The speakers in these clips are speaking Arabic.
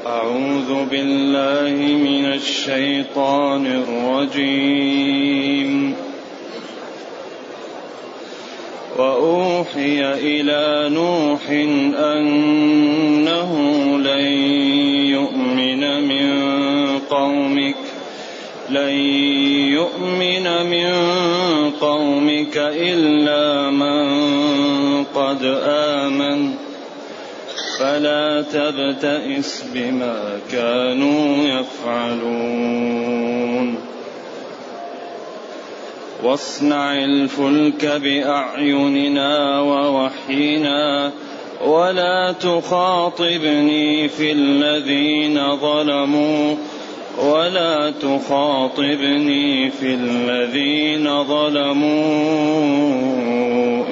أعوذ بالله من الشيطان الرجيم. وأوحي إلى نوح أنه لن يؤمن من قومك إلا من قد آمن فلا تبتئس بما كانوا يفعلون. واصنع الفلك بأعيننا ووحينا ولا تخاطبني في الذين ظلموا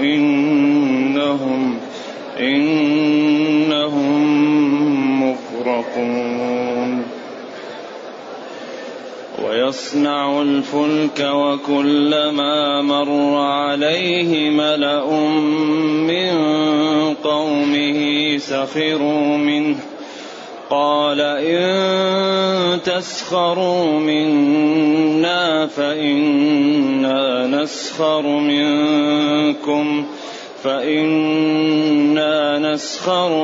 إنهم مغرقون. ويصنع الفلك وكلما مر عليه ملأ من قومه سخروا منه قال إن تسخروا منا فإنا نسخر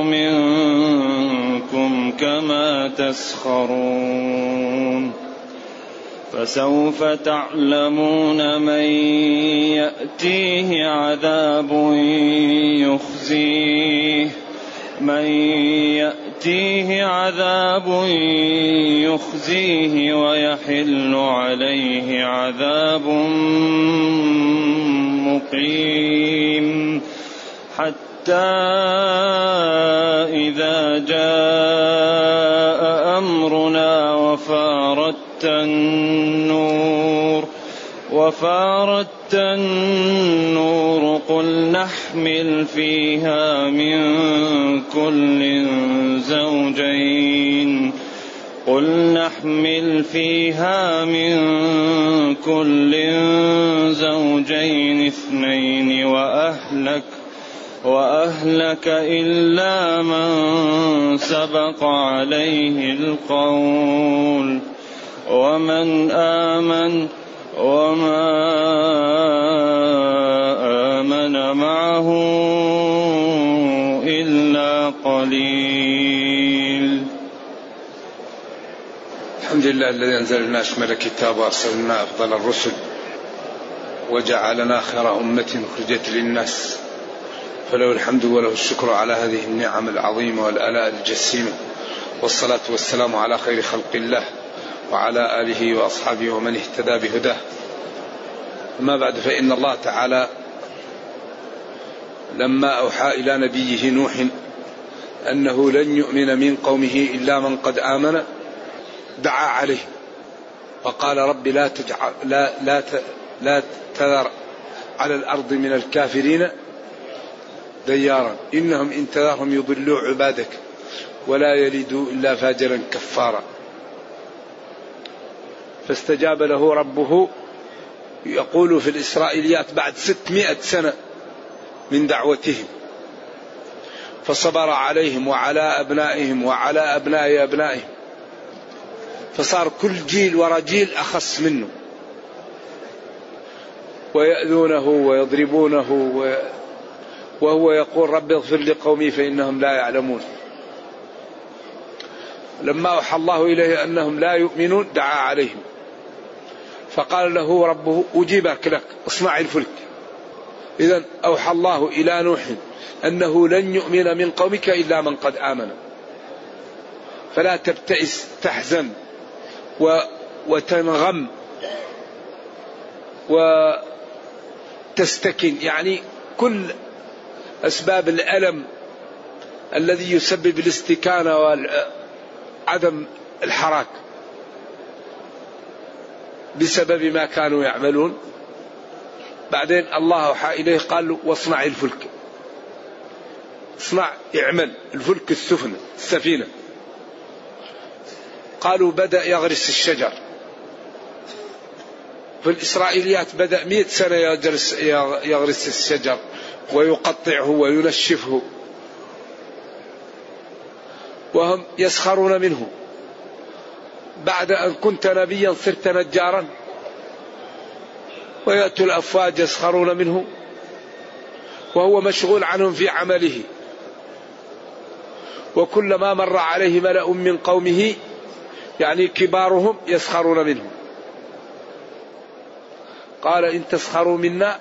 منكم كما تسخرون. فسوف تعلمون من يأتيه عذاب يخزيه ويحل عليه عذاب مقيم. حتى إذا جاء أمرنا وفارت النور قل نحمل فيها من كل زوجين اثنين وأهلك إلا من سبق عليه القول ومن آمن وما آمن معه إلا قليل. الحمد لله الذي أنزل لنا أشمل الكتاب وأرسلنا أفضل الرسل وجعلنا خير أمة أخرجت للناس، فله الحمد وله الشكر على هذه النعم العظيمة والآلاء الجسيمة، والصلاة والسلام على خير خلق الله وعلى آله وأصحابه ومن اهتدى بهداه. أما بعد، فإن الله تعالى لما أوحى إلى نبيه نوح أنه لن يؤمن من قومه إلا من قد آمن دعا عليه وقال رب لا تذر على الأرض من الكافرين ديارا إنهم إن تذرهم يضلوا عبادك ولا يلدوا إلا فاجرا كفارا. فاستجاب له ربه، يقول في الإسرائيليات بعد 600 سنة من دعوتهم، فصبر عليهم وعلى أبنائهم وعلى أبناء أبنائهم، فصار كل جيل ورا جيل أخص منه، ويأذونه ويضربونه وهو يقول رب اغفر لقومي فإنهم لا يعلمون. لما أوحى الله إليه أنهم لا يؤمنون دعا عليهم، فقال له ربه أجيبك لك اصنع الفلك. إذن أوحى الله إلى نوح أنه لن يؤمن من قومك إلا من قد آمن، فلا تبتئس تحزن وتنغم وتستكن، يعني كل أسباب الألم الذي يسبب الاستكانة وعدم الحراك بسبب ما كانوا يعملون. بعدين الله أوحى إليه قال له واصنع الفلك، اعمل الفلك السفينة. قالوا بدأ يغرس الشجر. في الإسرائيليات بدأ 100 سنة يغرس الشجر ويقطعه وينشفه، وهم يسخرون منه. بعد أن كنت نبيا صرت نجارا، ويأتوا الأفواج يسخرون منه وهو مشغول عنهم في عمله. وكلما مر عليه ملأ من قومه يعني كبارهم يسخرون منه. قال إن تسخروا منا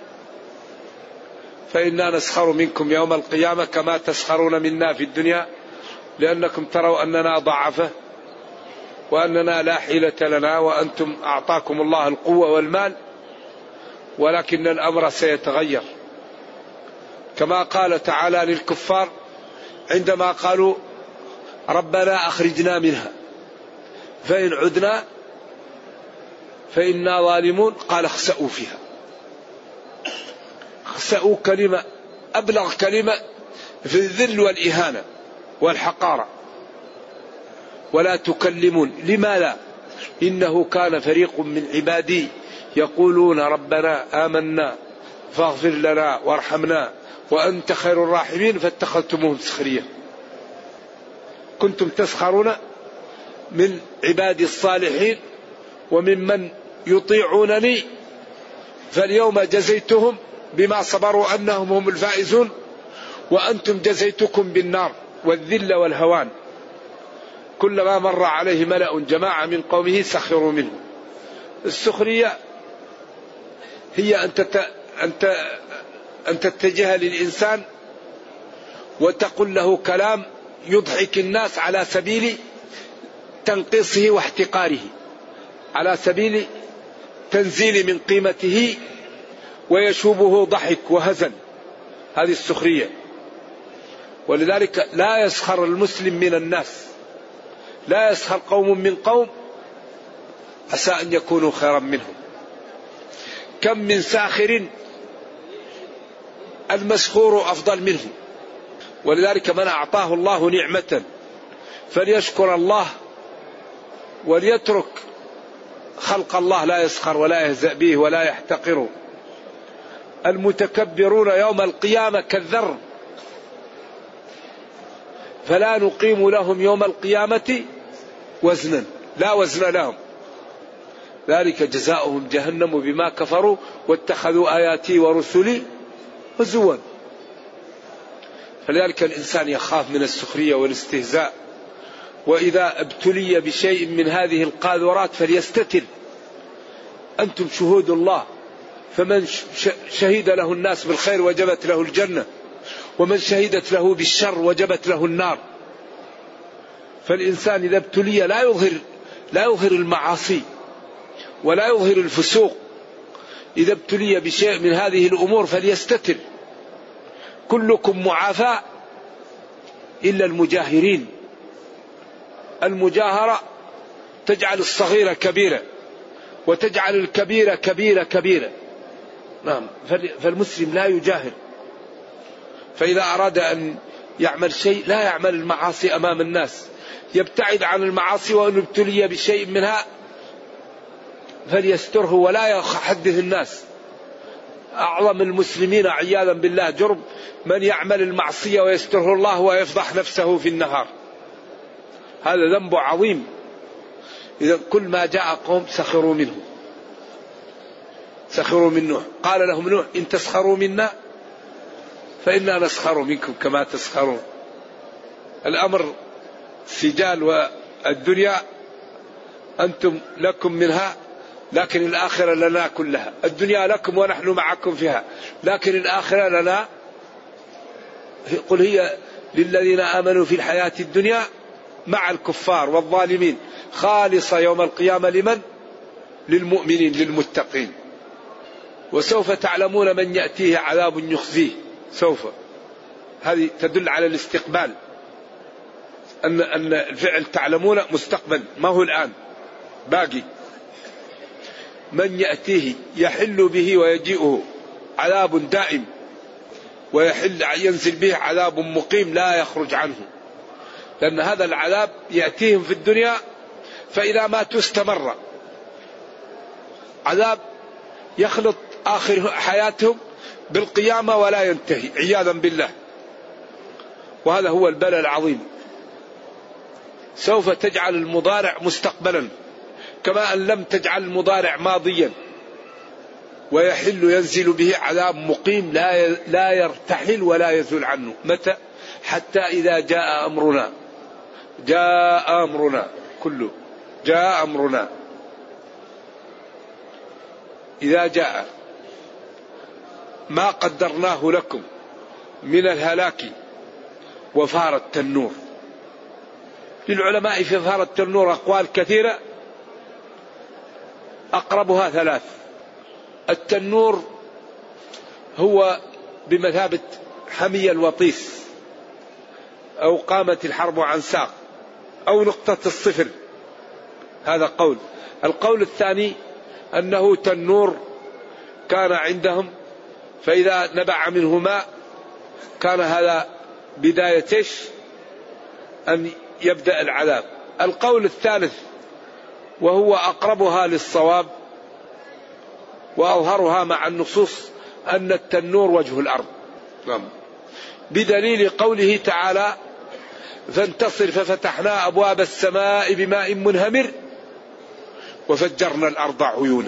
فإنا نسخر منكم يوم القيامة كما تسخرون منا في الدنيا، لأنكم تروا أننا ضعفة وأننا لا حيلة لنا، وأنتم أعطاكم الله القوة والمال، ولكن الأمر سيتغير. كما قال تعالى للكفار عندما قالوا ربنا أخرجنا منها فإن عدنا فإنا ظالمون، قال اخسأوا فيها. اخسأوا كلمة أبلغ كلمة في الذل والإهانة والحقارة. ولا تكلمون، لما لا؟ إنه كان فريق من عبادي يقولون ربنا آمنا فاغفر لنا وارحمنا وأنت خير الراحمين فاتخذتموهم سخريا. كنتم تسخرون من عبادي الصالحين وممن يطيعونني، فاليوم جزيتهم بما صبروا أنهم هم الفائزون، وأنتم جزيتكم بالنار والذل والهوان. كلما مر عليه ملأ جماعة من قومه سخروا منه. السخرية هي أن تتجه للإنسان وتقول له كلام يضحك الناس على سبيل تنقيصه واحتقاره، على سبيل تنزيل من قيمته ويشوبه ضحك وهزل. هذه السخرية. ولذلك لا يسخر المسلم من الناس، لا يسخر قوم من قوم عسى أن يكونوا خيرا منهم. كم من ساخر المسخور أفضل منه. ولذلك من أعطاه الله نعمة فليشكر الله وليترك خلق الله لا يسخر ولا يهزأ به ولا يحتقر. المتكبرون يوم القيامة كالذر فلا نقيم لهم يوم القيامة وزنا، لا وزن لهم. ذلك جزاؤهم جهنم بما كفروا واتخذوا آياتي ورسلي هزوا. فلذلك الإنسان يخاف من السخرية والاستهزاء. وإذا ابتلي بشيء من هذه القاذورات فليستتر. أنتم شهود الله، فمن شهد له الناس بالخير وجبت له الجنة، ومن شهدت له بالشر وجبت له النار. فالإنسان إذا ابتلي لا يظهر المعاصي ولا يظهر الفسوق. إذا ابتلي بشيء من هذه الأمور فليستتر. كلكم معافى إلا المجاهرين. المجاهرة تجعل الصغيرة كبيرة وتجعل الكبيرة كبيرة. نعم. فالمسلم لا يجاهر. فإذا أراد أن يعمل شيء لا يعمل المعاصي أمام الناس، يبتعد عن المعاصي. وأن ابتلي بشيء منها فليستره ولا يحدث الناس. أعظم المسلمين عياذا بالله جرم من يعمل المعصية ويستره الله ويفضح نفسه في النهار. هذا ذنب عظيم. إذا كل ما جاء قوم سخروا منه، سخروا من نوح. قال لهم نوح إن تسخروا منا فإنا نسخر منكم كما تسخرون. الأمر سجال، والدنيا أنتم لكم منها لكن الآخرة لنا كلها. الدنيا لكم ونحن معكم فيها، لكن الآخرة لنا. قل هي للذين آمنوا في الحياة الدنيا مع الكفار والظالمين خالصة يوم القيامة لمن؟ للمؤمنين للمتقين. وسوف تعلمون من يأتيه عذاب يخزيه. سوف، هذه تدل على الاستقبال، أن الفعل تعلمون مستقبل ما هو الآن، باقي. من يأتيه يحل به ويجيئه عذاب دائم، ينزل به عذاب مقيم لا يخرج عنه. لأن هذا العذاب يأتيهم في الدنيا فإذا ماتوا استمر. عذاب يخلط آخر حياتهم بالقيامة ولا ينتهي عياذا بالله. وهذا هو البلاء العظيم. سوف تجعل المضارع مستقبلا، كما أن لم تجعل المضارع ماضيا. ويحل ينزل به عذاب مقيم لا يرتحل ولا يزول عنه. متى؟ حتى إذا جاء أمرنا. جاء أمرنا كله، جاء أمرنا إذا جاء ما قدرناه لكم من الهلاك وفار التنور. للعلماء في فار التنور أقوال كثيرة، أقربها ثلاث. التنور هو بمثابة حمي الوطيس، أو قامت الحرب عن ساق، أو نقطة الصفر. هذا قول. القول الثاني أنه تنور كان عندهم، فإذا نبع منه ماء كان هذا بداية أن يبدأ العذاب. القول الثالث وهو أقربها للصواب وأظهرها مع النصوص أن التنور وجه الأرض، بدليل قوله تعالى: فانتصر ففتحنا أبواب السماء بماء منهمر وفجرنا الأرض عيونا.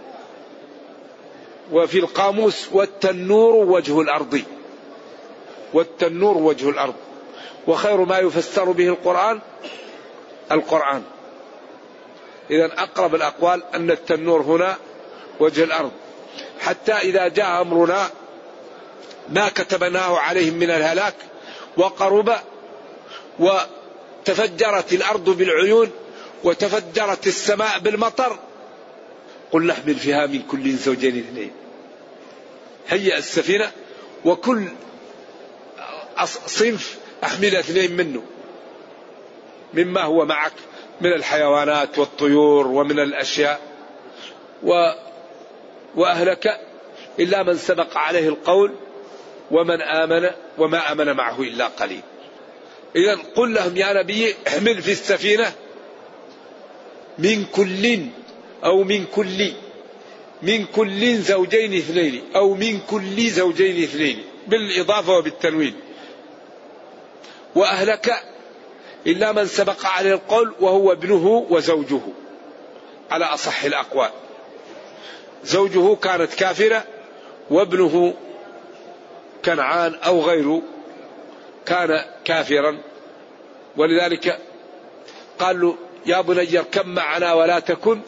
وفي القاموس: والتنور وجه الأرض، والتنور وجه الأرض. وخير ما يفسر به القرآن. إذن أقرب الأقوال أن التنور هنا وجه الأرض. حتى إذا جاء أمرنا ما كتبناه عليهم من الهلاك وقرب وتفجرت الأرض بالعيون وتفجرت السماء بالمطر، قل نحمل فيها من كل زوجين اثنين. هيئ السفينة وكل صنف أحمل اثنين منه مما هو معك من الحيوانات والطيور ومن الأشياء، وأهلك إلا من سبق عليه القول ومن آمن وما آمن معه إلا قليل. إذن قل لهم يا نبي: احمل في السفينة من كل أو من كل زوجين اثنين، أو من كل زوجين اثنين بالإضافة وبالتنوين. وأهلك إلا من سبق عليه القول وهو ابنه وزوجه، على أصح الأقوال. زوجه كانت كافرة، وابنه كنعان أو غيره كان كافرا، ولذلك قال له: يا بني اركب معنا ولا تكن.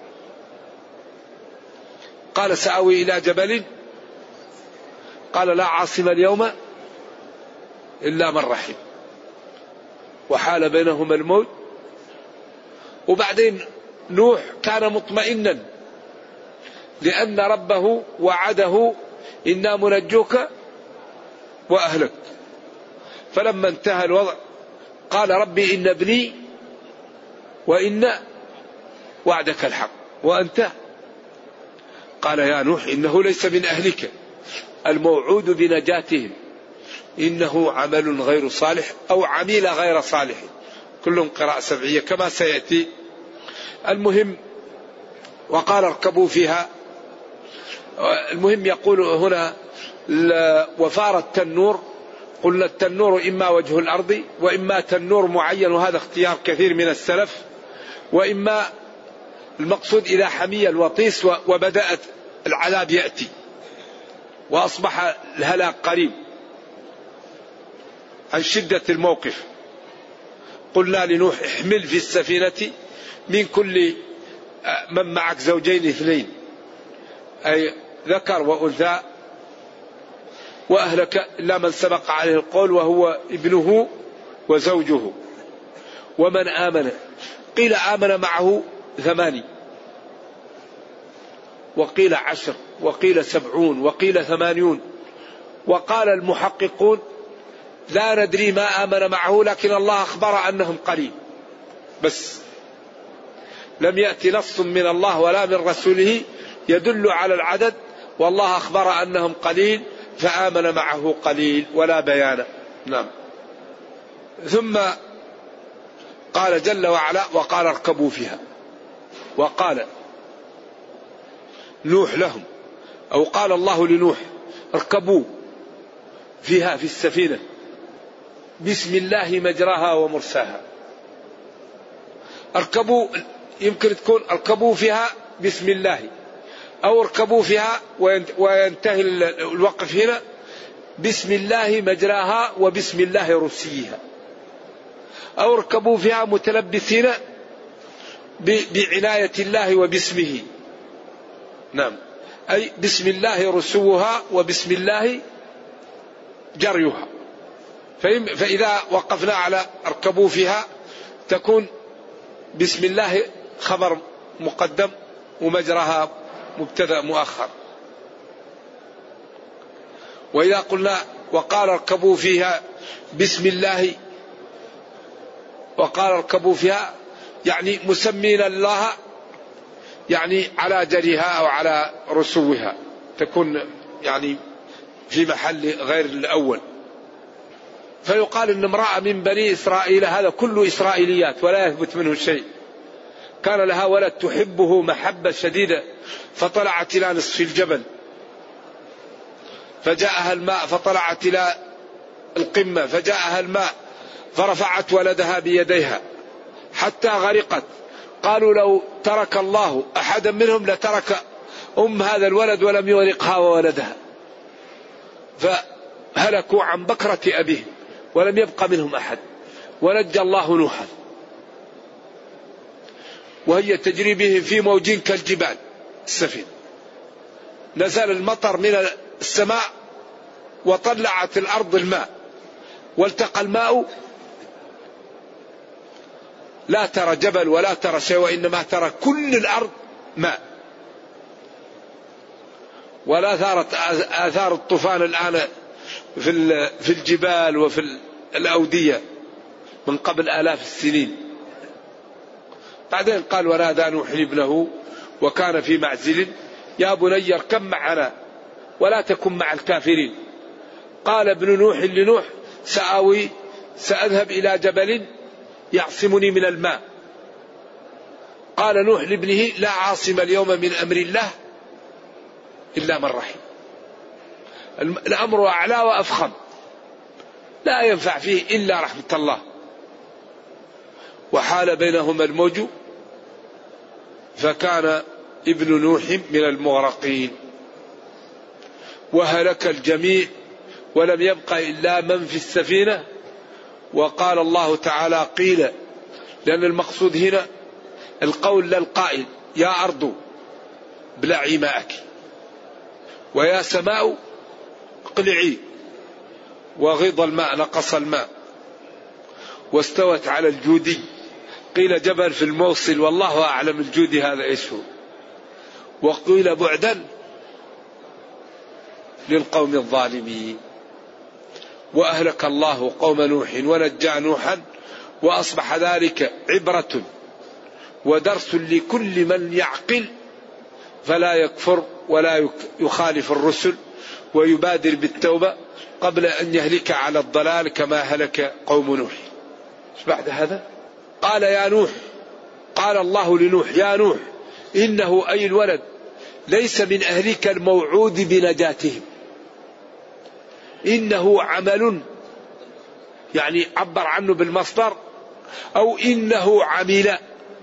قال: سأوي إلى جبل. قال: لا عاصم اليوم إلا من رحم. وحال بينهما الموت. وبعدين نوح كان مطمئنا لأن ربه وعده: إنا منجوك وأهلك. فلما انتهى الوضع قال: ربي إن ابني وإن وعدك الحق وأنت. قال: يا نوح إنه ليس من أهلك الموعود بنجاتهم، إنه عمل غير صالح أو عميل غير صالح، كلهم قراءة سبعية كما سيأتي. المهم: وقال اركبوا فيها. المهم يقول هنا: وفار التنور. قلنا التنور إما وجه الأرض، وإما تنور معين، وهذا اختيار كثير من السلف، وإما المقصود إذا حمي الوطيس وبدأت العذاب يأتي وأصبح الهلاك قريب عن شدة الموقف. قلنا لنوح: احمل في السفينة من كل من معك زوجين اثنين، أي ذكر وأنثى، وأهلك إلا من سبق عليه القول وهو ابنه وزوجه ومن آمن. قيل آمن معه 8، وقيل 10، وقيل 70، وقيل 80. وقال المحققون: لا ندري ما آمن معه، لكن الله أخبر أنهم قليل بس، لم يأتي نص من الله ولا من رسوله يدل على العدد، والله أخبر أنهم قليل فآمن معه قليل ولا بيان. نعم. ثم قال جل وعلا: وقال اركبوا فيها. وقال نوح لهم، أو قال الله لنوح: اركبوا فيها في السفينة بسم الله مجراها ومرساها. اركبوا يمكن تكون اركبوا فيها بسم الله، أو اركبوا فيها وينتهي الوقف هنا بسم الله مجراها وبسم الله رسيها، أو اركبوا فيها متلبسين بعناية الله وباسمه. نعم، أي بسم الله رسوها وبسم الله جريها. فإذا وقفنا على اركبوا فيها تكون بسم الله خبر مقدم ومجرها مبتدأ مؤخر. وإذا قلنا وقال اركبوا فيها بسم الله، وقال اركبوا فيها يعني مسمين الله يعني على جريها أو على رسوها، تكون يعني في محل غير الأول. فيقال إن امرأة من بني إسرائيل، هذا كله إسرائيليات ولا يثبت منه شيء، كان لها ولد تحبه محبة شديدة فطلعت إلى نصف الجبل فجاءها الماء، فطلعت إلى القمة فجاءها الماء فرفعت ولدها بيديها حتى غرقت. قالوا لو ترك الله أحدا منهم لترك هذا الولد ولم يغرقها وولدها، فهلكوا عن بكرة أبيهم ولم يبق منهم أحد، ونجى الله نوحا وهي تجري بهم في موج كالجبال السفينة. نزل المطر من السماء وطلعت الأرض الماء، والتقى الماء لا ترى جبل ولا ترى شيء، وإنما ترى كل الأرض ماء. ولا ثارت آثار الطوفان الآن في الجبال وفي الأودية من قبل آلاف السنين. بعدين قال ونادى نوح ابنه وكان في معزل يا بني اركب معنا ولا تكن مع الكافرين. قال ابن نوح لنوح سأذهب إلى جبل يعصمني من الماء. قال نوح لابنه لا عاصم اليوم من أمر الله إلا من رحم. الأمر أعلى وأفخم، لا ينفع فيه إلا رحمة الله. وحال بينهما الموج فكان ابن نوح من المغرقين وهلك الجميع ولم يبق إلا من في السفينة. وقال الله تعالى قيل، لأن المقصود هنا القول للقائل يا أرض ابلعي ماءك ويا سماء اقلعي، وغيض الماء نقص الماء واستوت على الجودي. قيل جبل في الموصل والله أعلم الجودي هذا إيش هو. وقيل بعدا للقوم الظالمين. وأهلك الله قوم نوح ونجى نوحا وأصبح ذلك عبرة ودرس لكل من يعقل فلا يكفر ولا يخالف الرسل ويبادر بالتوبة قبل أن يهلك على الضلال كما هلك قوم نوح. بعد هذا قال يا نوح، قال الله لنوح يا نوح إنه أي الولد ليس من أهلك الموعود بنجاتهم. إنه عمل يعني عبر عنه بالمصدر، أو إنه عمل،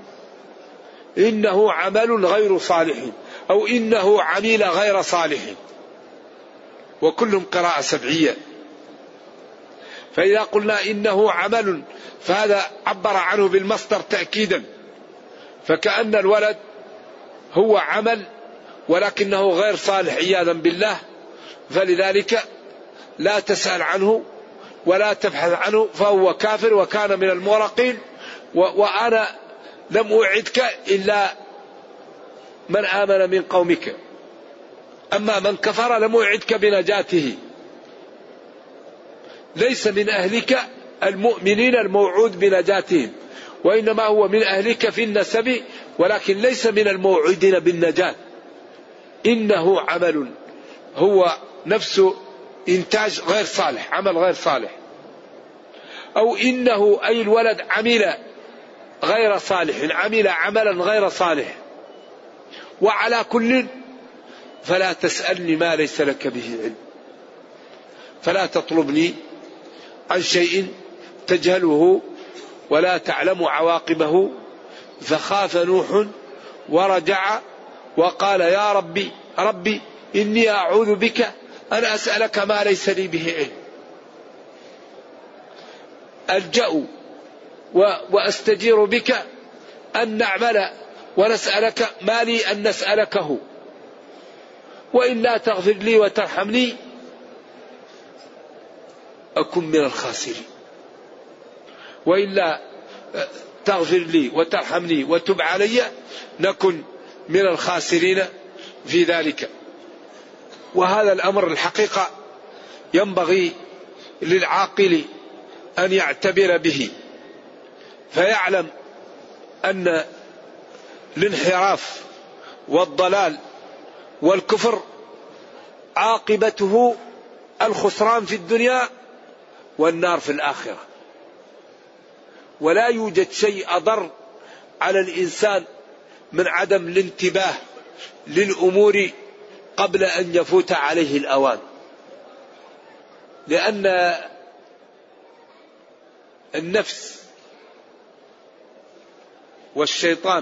إنه عمل غير صالح، أو إنه عمل غير صالح، وكلهم قراءة سبعية. فإذا قلنا إنه عمل فهذا عبر عنه بالمصدر تأكيدا، فكأن الولد هو عمل ولكنه غير صالح عياذا بالله، فلذلك لا تسأل عنه ولا تبحث عنه فهو كافر وكان من المغرقين. وأنا لم أوعدك إلا من آمن من قومك، أما من كفر لم أوعدك بنجاته. ليس من أهلك المؤمنين الموعود بنجاتهم، وإنما هو من أهلك في النسب ولكن ليس من الموعودين بالنجاة. إنه عمل هو نفسه إنتاج غير صالح، عمل غير صالح، أو إنه أي الولد عمل غير صالح، عمل عملا غير صالح. وعلى كل فلا تسألني ما ليس لك به علم، فلا تطلبني عن شيء تجهله ولا تعلم عواقبه، فخاف نوح ورجع وقال يا ربي إني أعوذ بك أن أسألك ما ليس لي به علم. ألجأ وأستجير بك أن نعمل ونسألك ما لي أن نسألكه، وإلا تغفر لي وترحمني أكن من الخاسرين، وإلا تغفر لي وترحمني وتب علي نكن من الخاسرين في ذلك. وهذا الأمر الحقيقة ينبغي للعاقل أن يعتبر به، فيعلم أن الانحراف والضلال والكفر عاقبته الخسران في الدنيا والنار في الآخرة، ولا يوجد شيء أضر على الإنسان من عدم الانتباه للأمور قبل أن يفوت عليه الأوان، لأن النفس والشيطان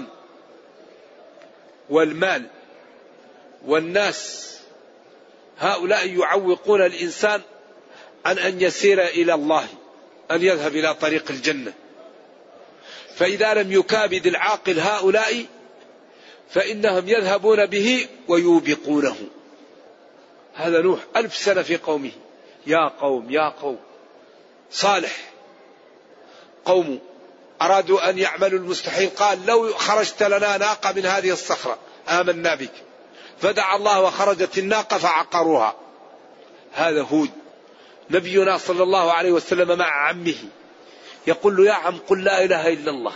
والمال والناس هؤلاء يعوقون الإنسان عن أن يسير إلى الله، أن يذهب إلى طريق الجنة. فإذا لم يكابد العاقل هؤلاء فإنهم يذهبون به ويوبقونه. هذا نوح 1000 سنة في قومه، يا قوم صالح قوم أرادوا أن يعملوا المستحيل، قال لو خرجت لنا ناقة من هذه الصخرة آمنا بك، فدعا الله وخرجت الناقة فعقروها. هذا هود. نبينا صلى الله عليه وسلم مع عمه يقول له يا عم قل لا إله إلا الله.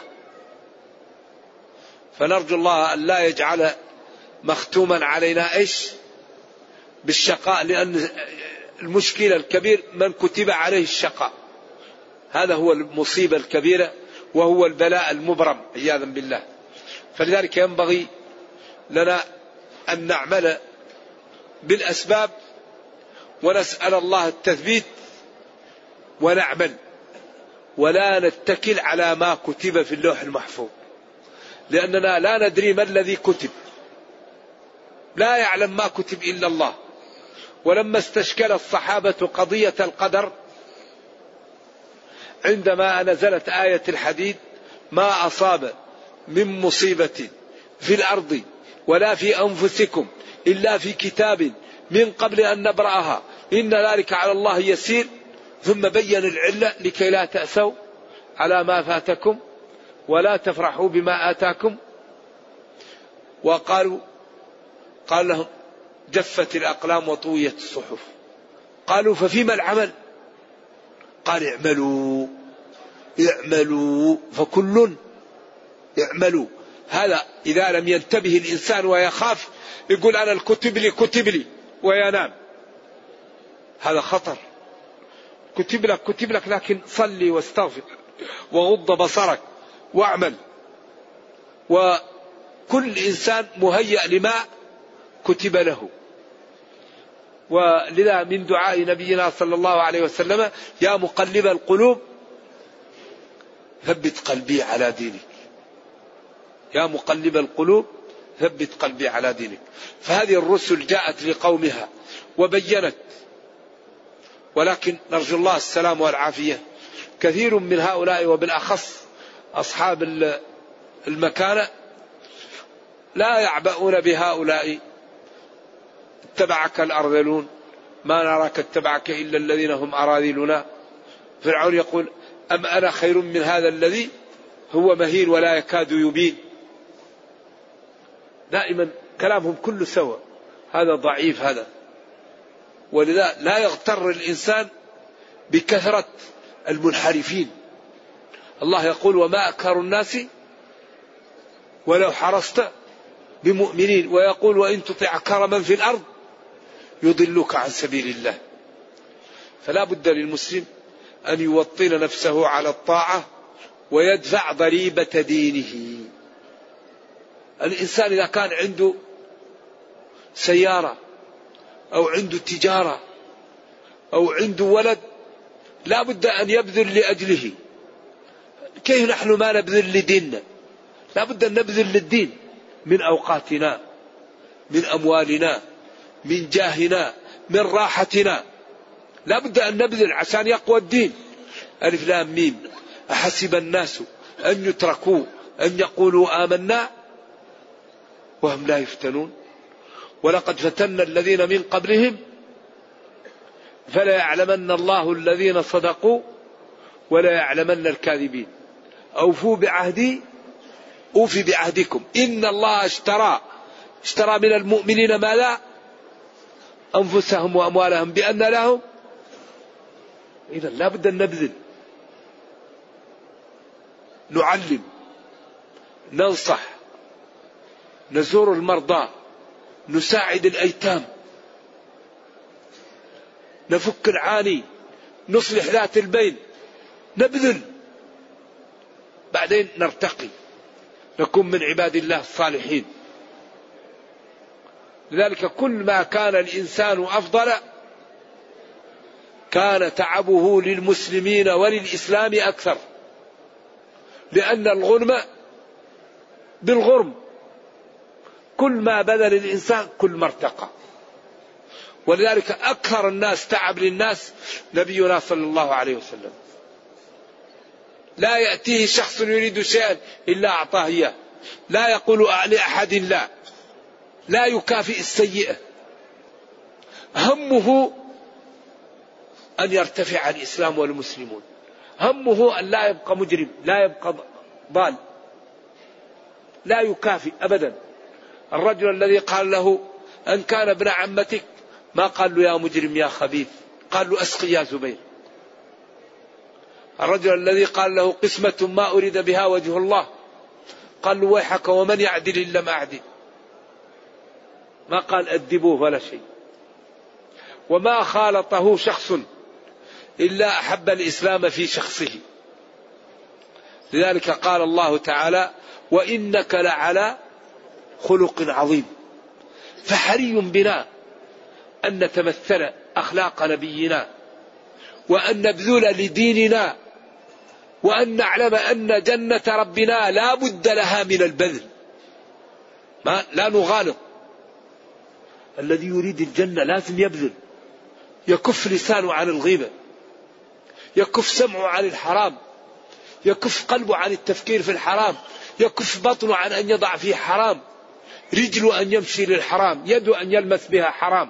فنرجو الله أن لا يجعل مختوما علينا إيش بالشقاء، لأن المشكلة الكبير من كتب عليه الشقاء، هذا هو المصيبة الكبيرة وهو البلاء المبرم عياذا بالله. فلذلك ينبغي لنا أن نعمل بالأسباب ونسأل الله التثبيت ونعمل، ولا نتكل على ما كتب في اللوح المحفوظ، لأننا لا ندري ما الذي كتب، لا يعلم ما كتب إلا الله. ولما استشكل الصحابة قضية القدر عندما نزلت آية الحديد ما أصاب من مصيبة في الأرض ولا في أنفسكم إلا في كتاب من قبل أن نبرأها إن ذلك على الله يسير، ثم بين العلة لكي لا تأسوا على ما فاتكم ولا تفرحوا بما آتاكم. وقال لهم جفت الأقلام وطويت الصحف. قالوا ففيما العمل؟ قال اعملوا فكل اعملوا. هذا إذا لم ينتبه الإنسان ويخاف يقول أنا كتب لي وينام، هذا خطر. كتب لك لكن صلي واستغفر وغض بصرك واعمل. وكل إنسان مهيأ لما كتب له. ولذا من دعاء نبينا صلى الله عليه وسلم يا مقلب القلوب ثبت قلبي على دينك، يا مقلب القلوب ثبت قلبي على دينك. فهذه الرسل جاءت لقومها وبينت، ولكن نرجو الله السلام والعافية. كثير من هؤلاء وبالأخص أصحاب المكانة لا يعبؤون بهؤلاء. اتبعك الأرذلون ما نراك اتبعك إلا الذين هم أراذلنا. فرعون يقول أم أنا خير من هذا الذي هو مهين ولا يكاد يبين. دائما كلامهم كله سوا، هذا ضعيف هذا. ولذا لا يغتر الإنسان بكثرة المنحرفين. الله يقول وما أكثر الناس ولو حرصت بمؤمنين، ويقول وإن تطع أكثر من في الأرض يضلوك عن سبيل الله. فلا بد للمسلم أن يوطن نفسه على الطاعة ويدفع ضريبة دينه. الإنسان إذا كان عنده سيارة أو عنده تجارة أو عنده ولد لا بد أن يبذل لأجله. كيف نحن ما نبذل لديننا؟ لا بد أن نبذل للدين من أوقاتنا، من أموالنا، من جاهنا، من راحتنا. لا بد أن نبذل عشان يقوى الدين. ألف لام ميم أحسب الناس أن يتركوا أن يقولوا آمنا وهم لا يفتنون ولقد فتنا الذين من قبلهم فلا يعلمن الله الذين صدقوا ولا يعلمن الكاذبين. أوفوا بعهدي أوفي بعهدكم إن الله اشترى من المؤمنين ما لا أنفسهم وأموالهم بأن لهم. إذا لا بد أن نبذل، نعلم، ننصح، نزور المرضى، نساعد الأيتام، نفك العاني، نصلح ذات البين، نبذل، بعدين نرتقي نكون من عباد الله الصالحين. لذلك كل ما كان الإنسان أفضل كان تعبه للمسلمين وللإسلام أكثر، لأن الغنم بالغرم، كل ما بذل الإنسان كل ما ارتقى. ولذلك أكثر الناس تعب للناس نبينا صلى الله عليه وسلم. لا يأتيه شخص يريد شيئا إلا أعطاه إياه، لا يقول لأحد لا يكافئ السيئة، همه أن يرتفع الإسلام والمسلمون، همه أن لا يبقى مجرم، لا يبقى ضال، لا يكافئ أبدا. الرجل الذي قال له أن كان ابن عمتك ما قال له يا مجرم يا خبيث، قال له أسقي يا زبير. الرجل الذي قال له قسمة ما أريد بها وجه الله قال له ويحك ومن يعدل إن لم أعدل، ما قال أدبوه ولا شيء. وما خالطه شخص إلا أحب الإسلام في شخصه. لذلك قال الله تعالى وإنك لعلى خلق عظيم. فحري بنا أن نتمثل أخلاق نبينا، وأن نبذل لديننا، وأن نعلم أن جنة ربنا لا بد لها من البذل، لا نغالط. الذي يريد الجنة لازم يبذل، يكف لسانه عن الغيبة، يكف سمعه عن الحرام، يكف قلبه عن التفكير في الحرام، يكف بطنه عن أن يضع فيه حرام، رجله أن يمشي للحرام، يده أن يلمس بها حرام.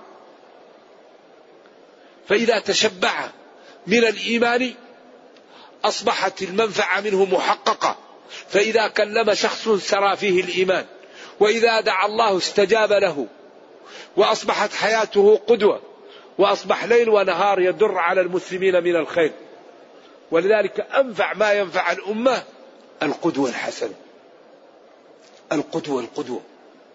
فإذا تشبع من الإيمان أصبحت المنفعة منه محققة. فإذا كلم شخص سرى فيه الإيمان، وإذا دعا الله استجاب له، وأصبحت حياته قدوة، وأصبح ليل ونهار يدر على المسلمين من الخير. ولذلك أنفع ما ينفع الأمة القدوة الحسنة. القدوة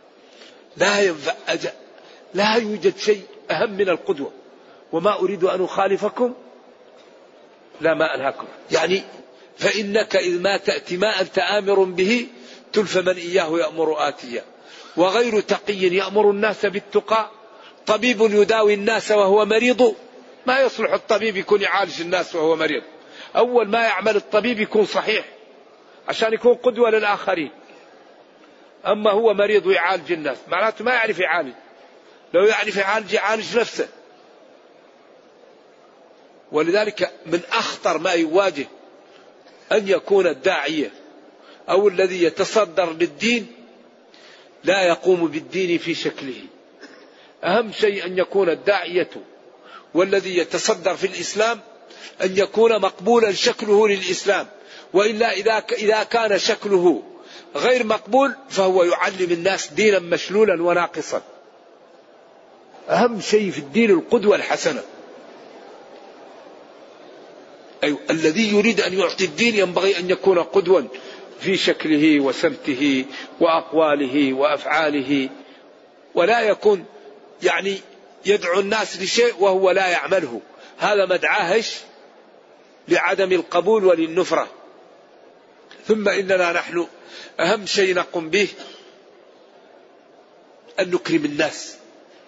لا يوجد شيء أهم من القدوة. وما أريد أن أخالفكم لا ما أنهاكم، يعني فإنك إذ ما تأتي ما أنت آمر به تلف من إياه يأمر آتيا، وغير تقي يأمر الناس بالتقى، طبيب يداوي الناس وهو مريض. ما يصلح الطبيب يكون يعالج الناس وهو مريض. أول ما يعمل الطبيب يكون صحيح عشان يكون قدوة للآخرين. أما هو مريض ويعالج الناس معناته ما يعرف يعالج. لو يعرف يعالج نفسه. ولذلك من أخطر ما يواجه أن يكون الداعية أو الذي يتصدر للدين لا يقوم بالدين في شكله. أهم شيء أن يكون الداعية والذي يتصدر في الإسلام أن يكون مقبولا شكله للإسلام. وإلا إذا كان شكله غير مقبول فهو يعلم الناس دينا مشلولا وناقصا. أهم شيء في الدين القدوة الحسنة. أيوة. الذي يريد أن يعطي الدين ينبغي أن يكون قدوا في شكله وسمته وأقواله وأفعاله، ولا يكون يعني يدعو الناس لشيء وهو لا يعمله. هذا مدعاهش لعدم القبول وللنفرة. ثم إننا نحن أهم شيء نقوم به أن نكرم الناس.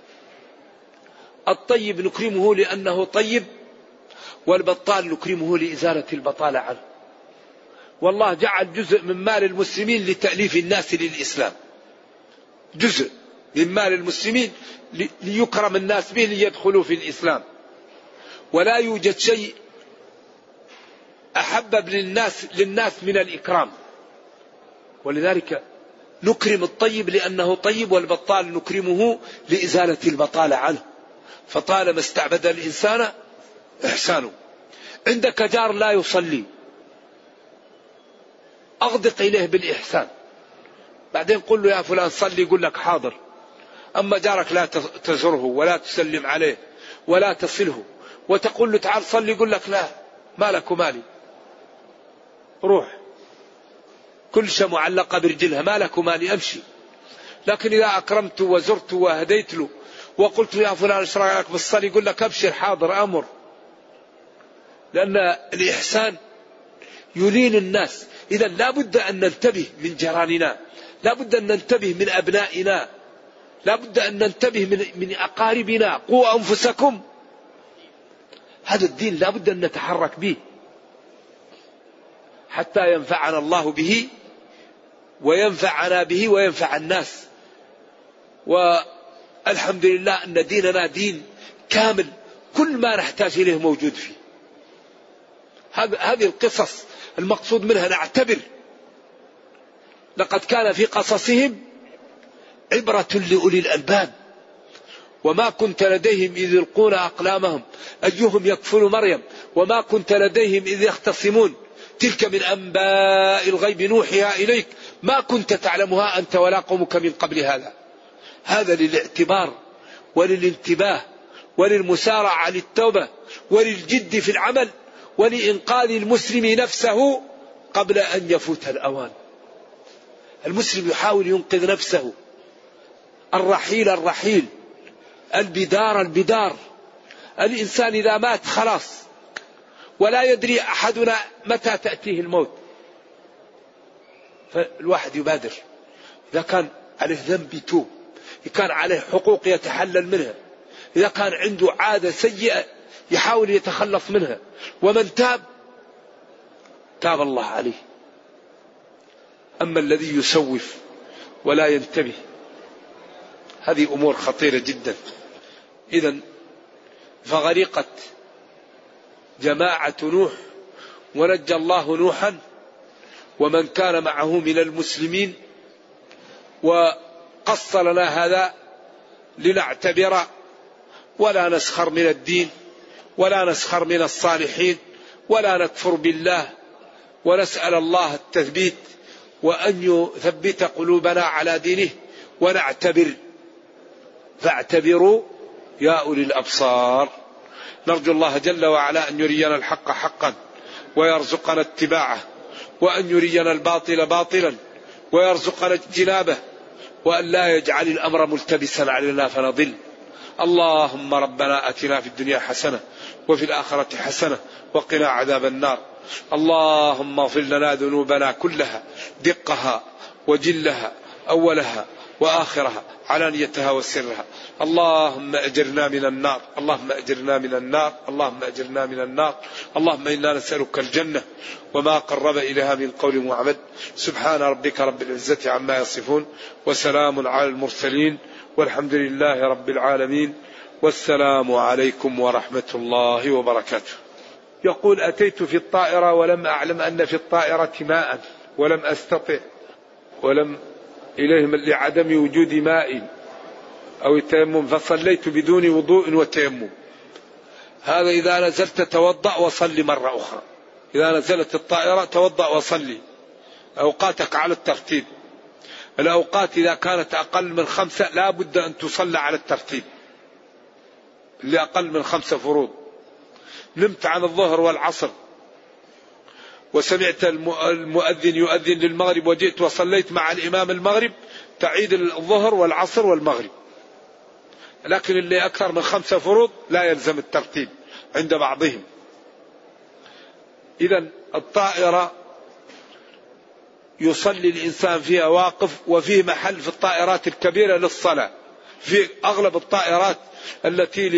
الطيب نكرمه لأنه طيب، والبطال نكرمه لإزالة البطالة عنه. والله جعل جزء من مال المسلمين لتأليف الناس للإسلام، جزء من مال المسلمين ليكرم الناس به ليدخلوا في الإسلام. ولا يوجد شيء أحبب للناس من الإكرام. ولذلك نكرم الطيب لأنه طيب، والبطال نكرمه لإزالة البطالة عنه. فطالما استعبد الإنسان إحسانه. عندك جار لا يصلي، أغدق إليه بالإحسان، بعدين قل له يا فلان صلي، يقول لك حاضر. أما جارك لا تزره ولا تسلم عليه ولا تصله، وتقول له تعال صلي، يقول لك لا، مالك ومالي، روح، كل شيء معلقة برجلها، مالك ومالي، أمشي. لكن إذا أكرمت وزرت وهديت له وقلت يا فلان ايش رايك بالصلاة، يقول لك أبشر حاضر أمر. لأن الإحسان يلين الناس. إذا لا بد أن ننتبه من جيراننا، لا بد أن ننتبه من أبنائنا، لا بد أن ننتبه من أقاربنا. قوا أنفسكم. هذا الدين لا بد أن نتحرك به حتى ينفعنا الله به وينفعنا به وينفع الناس. والحمد لله أن ديننا دين كامل، كل ما نحتاج إليه موجود فيه. هذه القصص المقصود منها نعتبر. لقد كان في قصصهم عبرة لأولي الألباب. وما كنت لديهم إذ يلقون أقلامهم أيهم يكفل مريم وما كنت لديهم إذ يختصمون تلك من أنباء الغيب نوحيها إليك ما كنت تعلمها أنت ولا قومك من قبل هذا. هذا للاعتبار وللانتباه وللمسارعة للتوبة وللجد في العمل ولإنقاذ المسلم نفسه قبل أن يفوت الأوان. المسلم يحاول ينقذ نفسه. الرحيل، البدار. الإنسان إذا مات خلاص، ولا يدري أحدنا متى تأتيه الموت. فالواحد يبادر. إذا كان عليه ذنب يتوب، إذا كان عليه حقوق يتحلل منها، إذا كان عنده عادة سيئة يحاول يتخلص منها. ومن تاب الله عليه. أما الذي يسوف ولا ينتبه، هذه أمور خطيرة جدا. إذا فغرقت جماعة نوح ونجى الله نوحا ومن كان معه من المسلمين. وقص لنا هذا لنعتبر ولا نسخر من الدين ولا نسخر من الصالحين ولا نكفر بالله، ونسأل الله التثبيت وأن يثبت قلوبنا على دينه ونعتبر. فاعتبروا يا أولي الأبصار. نرجو الله جل وعلا أن يرينا الحق حقا ويرزقنا اتباعه، وأن يرينا الباطل باطلا ويرزقنا اجتنابه، وأن لا يجعل الأمر ملتبسا علينا فنضل. اللهم ربنا أتنا في الدنيا حسنة وفي الآخرة حسنة وقنا عذاب النار. اللهم اغفر لنا ذنوبنا كلها دقها وجلها أولها وآخرها علانيتها وسرها. اللهم أجرنا من النار، اللهم أجرنا من النار، اللهم أجرنا من النار. اللهم إنا نسألك الجنة وما قرب إليها من قول وعمل. سبحان ربك رب العزة عما يصفون وسلام على المرسلين والحمد لله رب العالمين. والسلام عليكم ورحمة الله وبركاته. يقول أتيت في الطائرة ولم أعلم أن في الطائرة ماء ولم أستطع إليهم لعدم وجود ماء أو التيمم، فصليت بدون وضوء وتيمم. هذا إذا نزلت توضأ وصلي مرة أخرى. إذا نزلت الطائرة توضأ وصلي. أوقاتك على الترتيب. الأوقات إذا كانت أقل من 5 لا بد أن تصلى على الترتيب. اللي أقل من 5 فروض. نمت عن الظهر والعصر وسمعت المؤذن يؤذن للمغرب وجئت وصليت مع الإمام المغرب، تعيد الظهر والعصر والمغرب. لكن اللي أكثر من 5 فروض لا يلزم الترتيب عند بعضهم. إذا الطائرة يصلي الإنسان فيها واقف، وفيه محل في الطائرات الكبيرة للصلاة. في أغلب الطائرات التي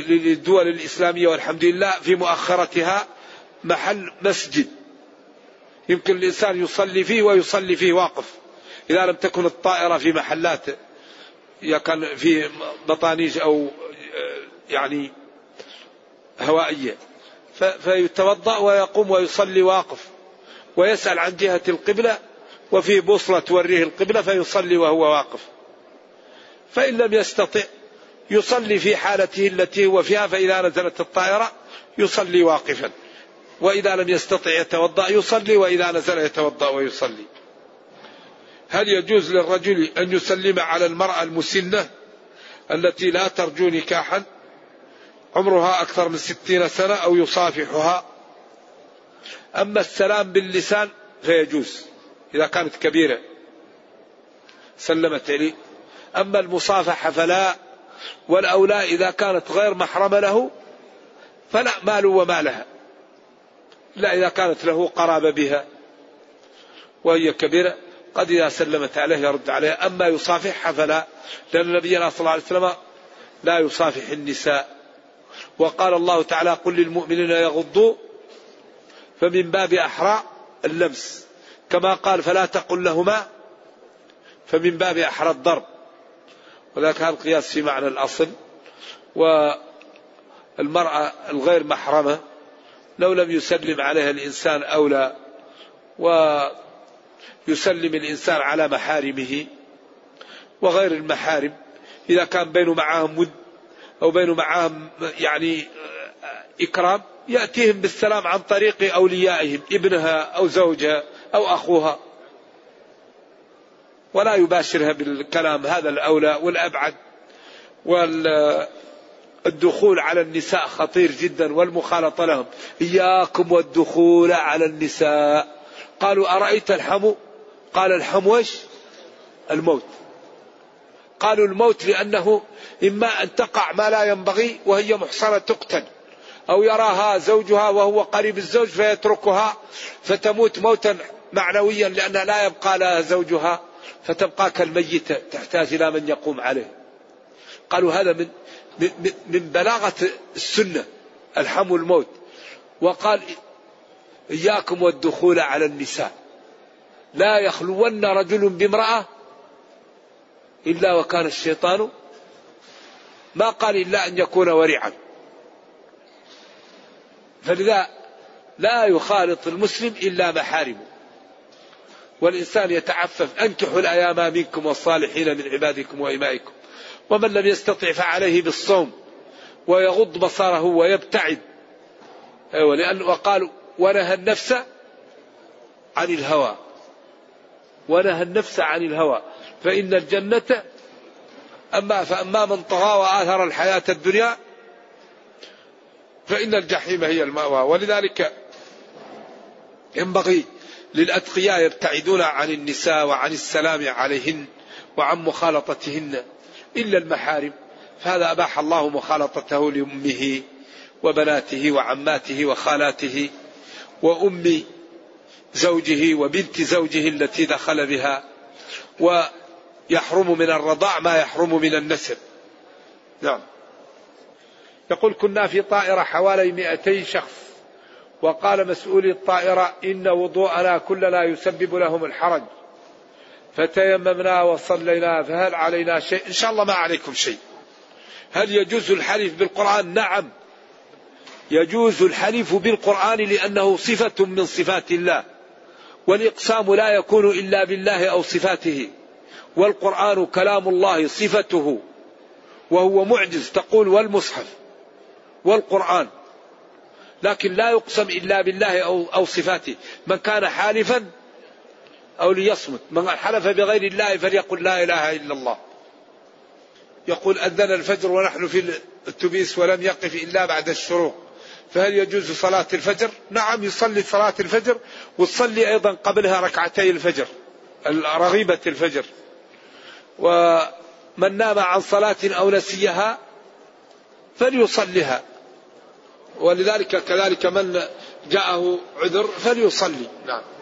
للدول الإسلامية والحمد لله في مؤخرتها محل مسجد يمكن الإنسان يصلي فيه ويصلي فيه واقف، إذا لم تكن الطائرة في محلات، إذا كان في بطانيج أو يعني هوائية، فيتوضأ ويقوم ويصلي واقف، ويسأل عن جهة القبلة وفي بوصلة توريه القبلة فيصلي وهو واقف. فإن لم يستطع يصلي في حالته التي هو فيها، فإذا نزلت الطائرة يصلي واقفا، وإذا لم يستطع يتوضأ يصلي، وإذا نزل يتوضأ ويصلي. هل يجوز للرجل أن يسلم على المرأة المسنة التي لا ترجو نكاحا عمرها أكثر من 60 سنة أو يصافحها؟ أما السلام باللسان فيجوز إذا كانت كبيرة سلمت عليه، أما المصافحة فلا، والأولى إذا كانت غير محرمة له فلا ماله وما لها، لا إذا كانت له قرابة بها وهي كبيرة قد إذا سلمت عليه يرد عليها، أما يصافحها فلا، لأن النبي صلى الله عليه وسلم لا يصافح النساء، وقال الله تعالى قل للمؤمنين يغضوا، فمن باب أحرى اللمس، كما قال فلا تقل لهما، فمن باب أحرى الضرب، وذلك هذا القياس في معنى الأصل. والمرأة الغير محرمة لو لم يسلم عليها الإنسان أولى، ويسلم الإنسان على محارمه وغير المحارم إذا كان بينه معهم ود أو بينه معهم يعني إكرام، يأتيهم بالسلام عن طريق أوليائهم، ابنها أو زوجها أو أخوها، ولا يباشرها بالكلام، هذا الأولى والأبعد. والدخول على النساء خطير جدا، والمخالطة لهم، إياكم والدخول على النساء. قالوا أرأيت الحمو؟ قال الحمو إيش؟ الموت. قالوا الموت لأنه إما أن تقع ما لا ينبغي وهي محصنة تقتل، أو يراها زوجها وهو قريب الزوج فيتركها فتموت موتا معنويا لأنها لا يبقى لها زوجها فتبقى كالميتة تحتاج إلى من يقوم عليه. قالوا هذا من بلاغة السنة الحمو الموت. وقال إياكم والدخول على النساء، لا يخلون رجل بامرأة إلا وكان الشيطان، ما قال إلا أن يكون ورعا. فلذا لا يخالط المسلم إلا محارمه، والإنسان يتعفف، أنكحوا الأيام منكم والصالحين من عبادكم وإمائكم، ومن لم يستطع فعليه بالصوم ويغض بصره ويبتعد. لأنه وقالوا ونهى النفس عن الهوى، ونهى النفس عن الهوى فإن الجنة فأما من طغى وآثر الحياة الدنيا فإن الجحيم هي المأوى. ولذلك ينبغي للأتقياء يبتعدون عن النساء وعن السلام عليهن وعن مخالطتهن إلا المحارم، فهذا أباح الله مخالطته لأمه وبناته وعماته وخالاته وأم زوجه وبنت زوجه التي دخل بها، ويحرم من الرضاع ما يحرم من النسب. نعم. يقول كنا في طائرة حوالي 200 شخص، وقال مسؤولي الطائرة إن وضوءنا كلنا يسبب لهم الحرج، فتيممنا وصلينا، فهل علينا شيء؟ إن شاء الله ما عليكم شيء. هل يجوز الحلف بالقرآن؟ نعم يجوز الحلف بالقرآن لأنه صفة من صفات الله، والإقسام لا يكون إلا بالله أو صفاته، والقرآن كلام الله صفته وهو معجز، تقول والمصحف والقرآن، لكن لا يقسم إلا بالله أو صفاته. من كان حالفا أو ليصمت، من حلف بغير الله فليقل لا إله إلا الله. يقول أذن الفجر ونحن في التبيس ولم يقف إلا بعد الشروق، فهل يجوز صلاة الفجر؟ نعم يصلي صلاة الفجر، وتصلي أيضا قبلها ركعتي الفجر رغيبة الفجر. ومن نام عن صلاة أو نسيها فليصليها، ولذلك كذلك من جاءه عذر فليصلي. نعم.